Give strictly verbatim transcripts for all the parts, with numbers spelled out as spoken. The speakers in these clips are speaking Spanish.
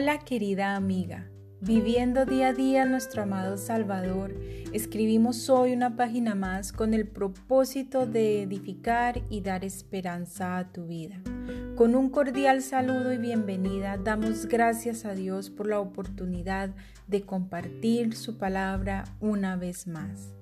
Hola querida amiga, viviendo día a día nuestro amado Salvador, escribimos hoy una página más con el propósito de edificar y dar esperanza a tu vida. Con un cordial saludo y bienvenida, damos gracias a Dios por la oportunidad de compartir su palabra una vez más.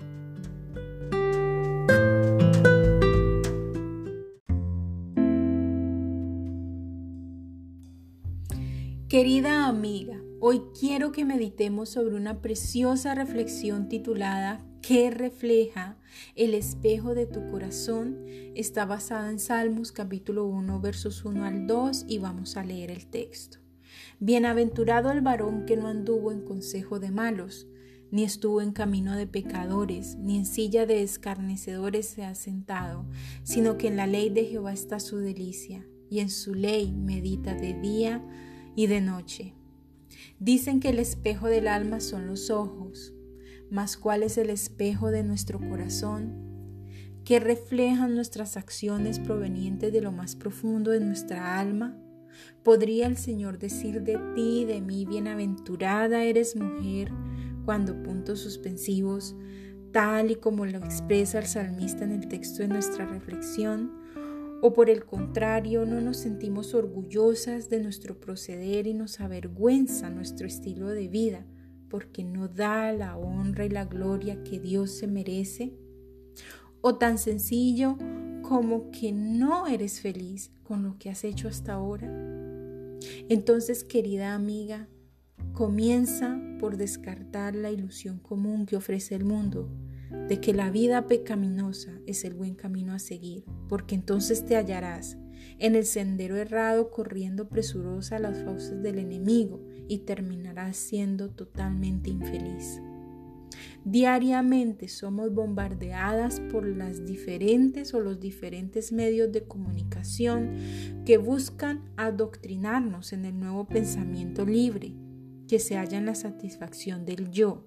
Querida amiga, hoy quiero que meditemos sobre una preciosa reflexión titulada ¿Qué refleja el espejo de tu corazón? Está basada en Salmos capítulo uno versos uno al dos y vamos a leer el texto. Bienaventurado el varón que no anduvo en consejo de malos, ni estuvo en camino de pecadores, ni en silla de escarnecedores se ha sentado, sino que en la ley de Jehová está su delicia, y en su ley medita de día y de noche. Dicen que el espejo del alma son los ojos, mas ¿cuál es el espejo de nuestro corazón? ¿Qué reflejan nuestras acciones provenientes de lo más profundo de nuestra alma? ¿Podría el Señor decir de ti y de mí, bienaventurada eres mujer, cuando puntos suspensivos, tal y como lo expresa el salmista en el texto de nuestra reflexión? ¿O por el contrario, no nos sentimos orgullosas de nuestro proceder y nos avergüenza nuestro estilo de vida porque no da la honra y la gloria que Dios se merece? ¿O tan sencillo como que no eres feliz con lo que has hecho hasta ahora? Entonces, querida amiga, comienza por descartar la ilusión común que ofrece el mundo de que la vida pecaminosa es el buen camino a seguir, porque entonces te hallarás en el sendero errado corriendo presurosa a las fauces del enemigo y terminarás siendo totalmente infeliz. Diariamente somos bombardeadas por las diferentes o los diferentes medios de comunicación que buscan adoctrinarnos en el nuevo pensamiento libre que se halla en la satisfacción del yo,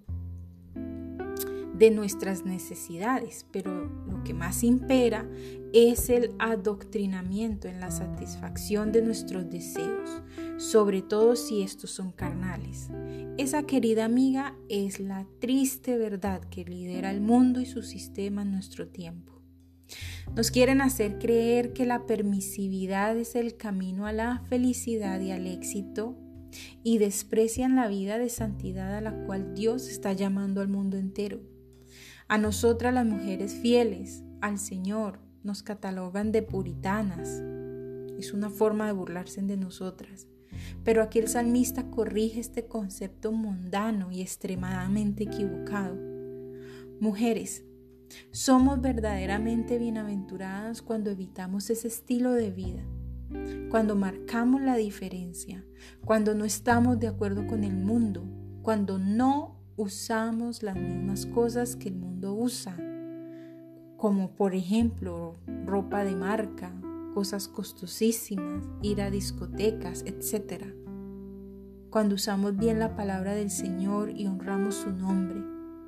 de nuestras necesidades, pero lo que más impera es el adoctrinamiento en la satisfacción de nuestros deseos, sobre todo si estos son carnales. Esa, querida amiga, es la triste verdad que lidera el mundo y su sistema en nuestro tiempo. Nos quieren hacer creer que la permisividad es el camino a la felicidad y al éxito y desprecian la vida de santidad a la cual Dios está llamando al mundo entero. A nosotras las mujeres fieles al Señor nos catalogan de puritanas. Es una forma de burlarse de nosotras. Pero aquí el salmista corrige este concepto mundano y extremadamente equivocado. Mujeres, somos verdaderamente bienaventuradas cuando evitamos ese estilo de vida, cuando marcamos la diferencia, cuando no estamos de acuerdo con el mundo, cuando no usamos las mismas cosas que el mundo usa, como por ejemplo ropa de marca, cosas costosísimas, ir a discotecas, etcétera. Cuando usamos bien la palabra del Señor y honramos su nombre,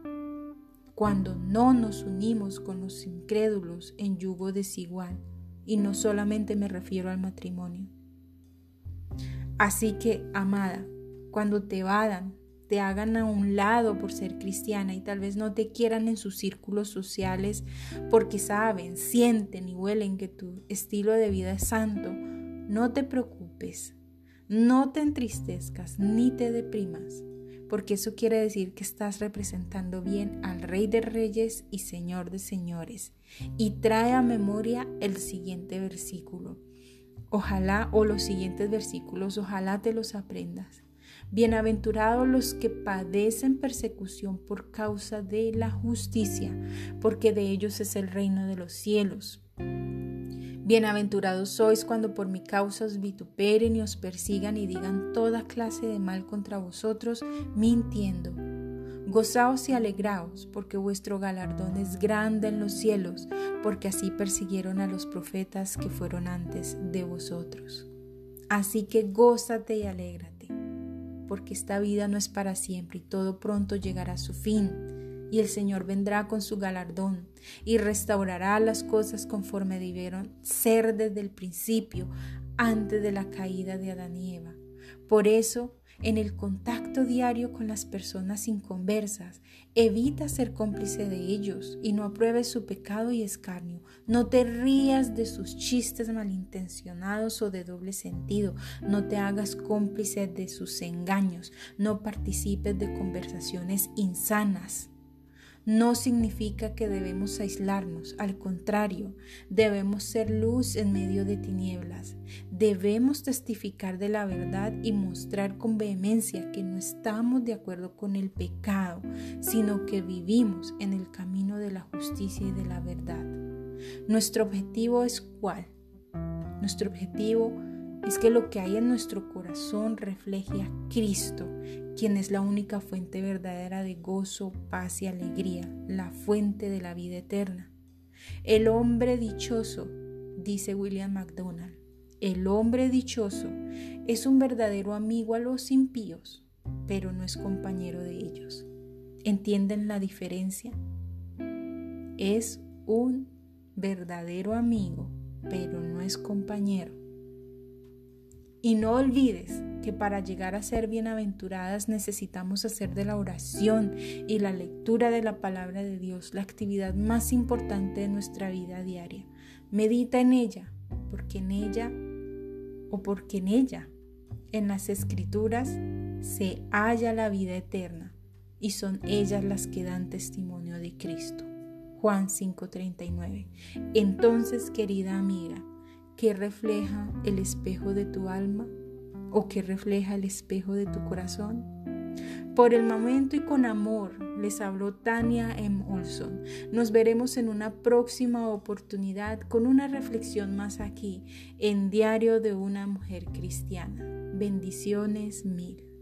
cuando no nos unimos con los incrédulos en yugo desigual, y no solamente me refiero al matrimonio. Así que, amada, cuando te evadan, te hagan a un lado por ser cristiana y tal vez no te quieran en sus círculos sociales porque saben, sienten y huelen que tu estilo de vida es santo, no te preocupes, no te entristezcas ni te deprimas, porque eso quiere decir que estás representando bien al Rey de Reyes y Señor de Señores. Y trae a memoria el siguiente versículo. Ojalá, o los siguientes versículos, ojalá te los aprendas. Bienaventurados los que padecen persecución por causa de la justicia, porque de ellos es el reino de los cielos. Bienaventurados sois cuando por mi causa os vituperen y os persigan y digan toda clase de mal contra vosotros, mintiendo. Gozaos y alegraos, porque vuestro galardón es grande en los cielos, porque así persiguieron a los profetas que fueron antes de vosotros. Así que gózate y alégrate, porque esta vida no es para siempre y todo pronto llegará a su fin. Y el Señor vendrá con su galardón y restaurará las cosas conforme debieron ser desde el principio, antes de la caída de Adán y Eva. Por eso, en el contacto diario con las personas inconversas. Evita ser cómplice de ellos y no apruebes su pecado y escarnio. No te rías de sus chistes malintencionados o de doble sentido. No te hagas cómplice de sus engaños. No participes de conversaciones insanas. No significa que debemos aislarnos, al contrario, debemos ser luz en medio de tinieblas. Debemos testificar de la verdad y mostrar con vehemencia que no estamos de acuerdo con el pecado, sino que vivimos en el camino de la justicia y de la verdad. ¿Nuestro objetivo es cuál? Nuestro objetivo es que lo que hay en nuestro corazón refleje a Cristo, quien es la única fuente verdadera de gozo, paz y alegría, la fuente de la vida eterna. El hombre dichoso, dice William MacDonald, el hombre dichoso es un verdadero amigo a los impíos, pero no es compañero de ellos. ¿Entienden la diferencia? Es un verdadero amigo, pero no es compañero. Y no olvides que para llegar a ser bienaventuradas necesitamos hacer de la oración y la lectura de la palabra de Dios la actividad más importante de nuestra vida diaria. Medita en ella, porque en ella o porque en ella, en las Escrituras, se halla la vida eterna y son ellas las que dan testimonio de Cristo. Juan cinco treinta y nueve. Entonces, querida amiga, ¿qué refleja el espejo de tu alma? ¿O qué refleja el espejo de tu corazón? Por el momento y con amor, les habló Tania M. Olson. Nos veremos en una próxima oportunidad con una reflexión más aquí, en Diario de una Mujer Cristiana. Bendiciones mil.